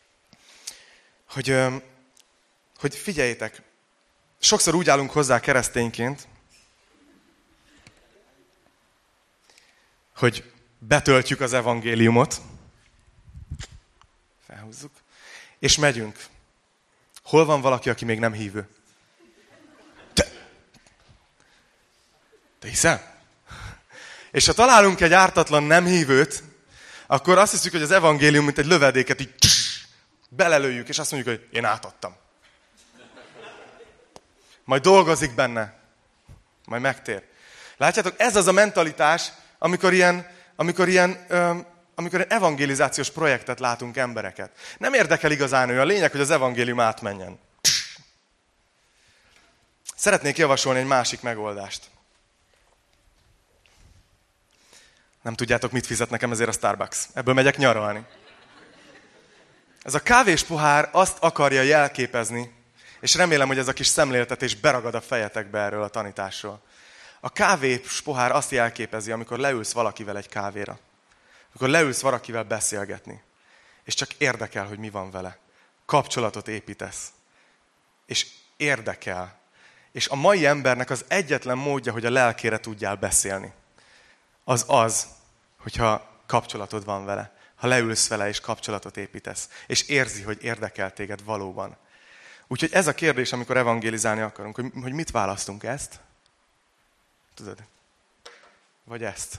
hogy, hogy figyeljétek, sokszor úgy állunk hozzá keresztényként, hogy betöltjük az evangéliumot, felhúzzuk, és megyünk. Hol van valaki, aki még nem hívő? Te, Te hiszel? És ha találunk egy ártatlan nem hívőt, akkor azt hiszük, hogy az evangélium, mint egy lövedéket így tss, belelőjük, és azt mondjuk, hogy én átadtam. Majd dolgozik benne. Majd megtér. Látjátok, ez az a mentalitás, amikor ilyen, amikor ilyen, öm, amikor egy evangelizációs projektet látunk embereket. Nem érdekel igazán ő, a lényeg, hogy az evangélium átmenjen. Szeretnék javasolni egy másik megoldást. Nem tudjátok, mit fizet nekem ezért a Starbucks. Ebből megyek nyaralni. Ez a kávés pohár azt akarja jelképezni, és remélem, hogy ez a kis szemléltetés beragad a fejetekbe erről a tanításról. A kávés pohár azt jelképezi, amikor leülsz valakivel egy kávéra. Amikor leülsz valakivel beszélgetni. És csak érdekel, hogy mi van vele. Kapcsolatot építesz. És érdekel. És a mai embernek az egyetlen módja, hogy a lelkére tudjál beszélni. Az az, hogyha kapcsolatod van vele. Ha leülsz vele és kapcsolatot építesz. És érzi, hogy érdekel téged valóban. Úgyhogy ez a kérdés, amikor evangélizálni akarunk, hogy, hogy mit választunk, ezt? Tudod? Vagy ezt?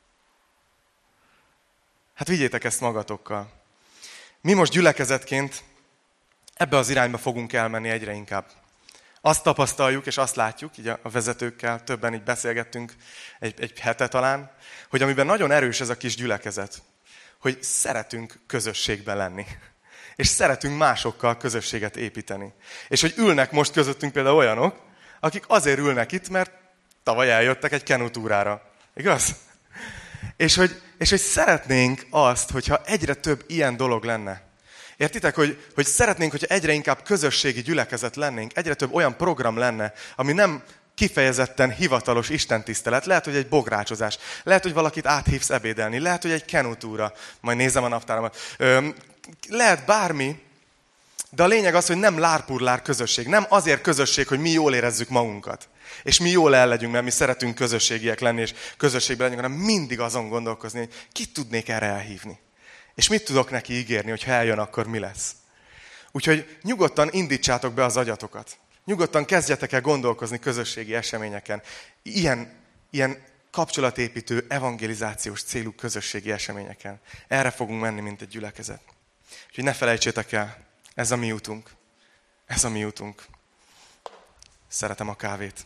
Hát vigyétek ezt magatokkal. Mi most gyülekezetként ebbe az irányba fogunk elmenni egyre inkább. Azt tapasztaljuk, és azt látjuk, így a vezetőkkel, többen így beszélgettünk egy, egy hete talán, hogy amiben nagyon erős ez a kis gyülekezet, hogy szeretünk közösségben lenni. És szeretünk másokkal közösséget építeni. És hogy ülnek most közöttünk például olyanok, akik azért ülnek itt, mert tavaly eljöttek egy kenutúrára. Igaz? És hogy, és hogy szeretnénk azt, hogyha egyre több ilyen dolog lenne. Értitek, hogy, hogy szeretnénk, hogyha egyre inkább közösségi gyülekezet lennénk, egyre több olyan program lenne, ami nem kifejezetten hivatalos istentisztelet. Lehet, hogy egy bográcsozás. Lehet, hogy valakit áthívsz ebédelni. Lehet, hogy egy kenutúra. Majd nézem a naptáramat. Lehet bármi, de a lényeg az, hogy nem lárpurlár közösség. Nem azért közösség, hogy mi jól érezzük magunkat. És mi jól el legyünk, mert mi szeretünk közösségiek lenni, és közösségben legyünk, hanem mindig azon gondolkozni, hogy kit tudnék erre elhívni. És mit tudok neki ígérni, hogy ha eljön, akkor mi lesz. Úgyhogy nyugodtan indítsátok be az agyatokat. Nyugodtan kezdjetek el gondolkozni közösségi eseményeken. Ilyen, ilyen kapcsolatépítő, evangelizációs célú közösségi eseményeken. Erre fogunk menni, mint egy gyülekezet. Úgyhogy ne felejtsétek el, ez a mi útunk. Ez a mi útunk. Szeretem a kávét.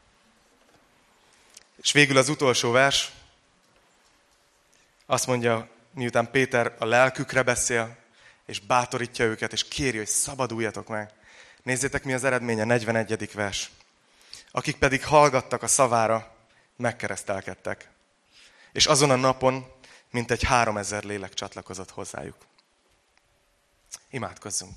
És végül az utolsó vers. Azt mondja, miután Péter a lelkükre beszél, és bátorítja őket, és kéri, hogy szabaduljatok meg. Nézzétek, mi az eredménye, negyvenegyedik vers. Akik pedig hallgattak a szavára, megkeresztelkedtek. És azon a napon mintegy háromezer lélek csatlakozott hozzájuk. Imádkozzunk.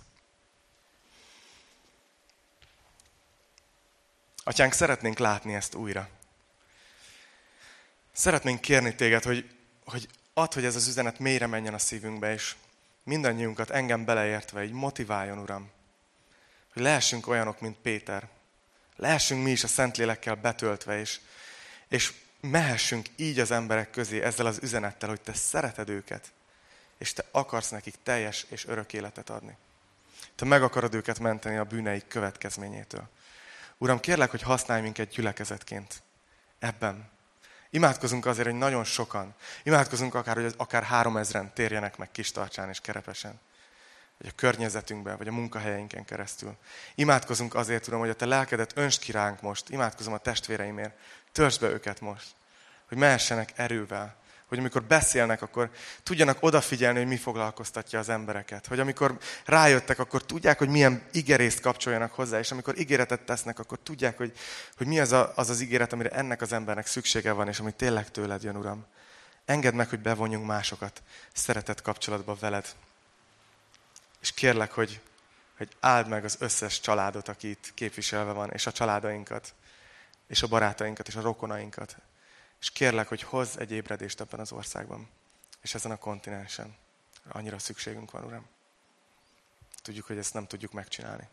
Atyánk, szeretnénk látni ezt újra. Szeretnénk kérni téged, hogy, hogy add, hogy ez az üzenet mélyre menjen a szívünkbe, és mindannyiunkat, engem beleértve, így motiváljon, Uram. Hogy lehessünk olyanok, mint Péter. Lehessünk mi is a Szentlélekkel betöltve, és, és mehessünk így az emberek közé ezzel az üzenettel, hogy te szereted őket, és te akarsz nekik teljes és örök életet adni. Te meg akarod őket menteni a bűneik következményétől. Uram, kérlek, hogy használj minket gyülekezetként ebben. Imádkozunk azért, hogy nagyon sokan, imádkozunk akár, hogy akár háromezren térjenek meg Kistarcsán és Kerepesen, vagy a környezetünkben, vagy a munkahelyeinken keresztül. Imádkozunk azért, Uram, hogy a te lelkedet öntsd ki ránk most. Imádkozom a testvéreimért. Törtsd be őket most, hogy mehessenek erővel. Hogy amikor beszélnek, akkor tudjanak odafigyelni, hogy mi foglalkoztatja az embereket. Hogy amikor rájöttek, akkor tudják, hogy milyen ígérést kapcsoljanak hozzá, és amikor ígéretet tesznek, akkor tudják, hogy, hogy mi az, a, az az ígéret, amire ennek az embernek szüksége van, és ami tényleg tőled jön, Uram. Engedd meg, hogy bevonjunk másokat szeretett kapcsolatba veled. És kérlek, hogy, hogy áld meg az összes családot, aki itt képviselve van, és a családainkat, és a barátainkat, és a rokonainkat. És kérlek, hogy hozz egy ébredést ebben az országban, és ezen a kontinensen. Annyira szükségünk van, Uram. Tudjuk, hogy ezt nem tudjuk megcsinálni.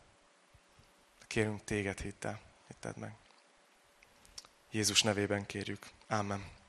Kérünk téged hittel, hitted meg. Jézus nevében kérjük. Ámen.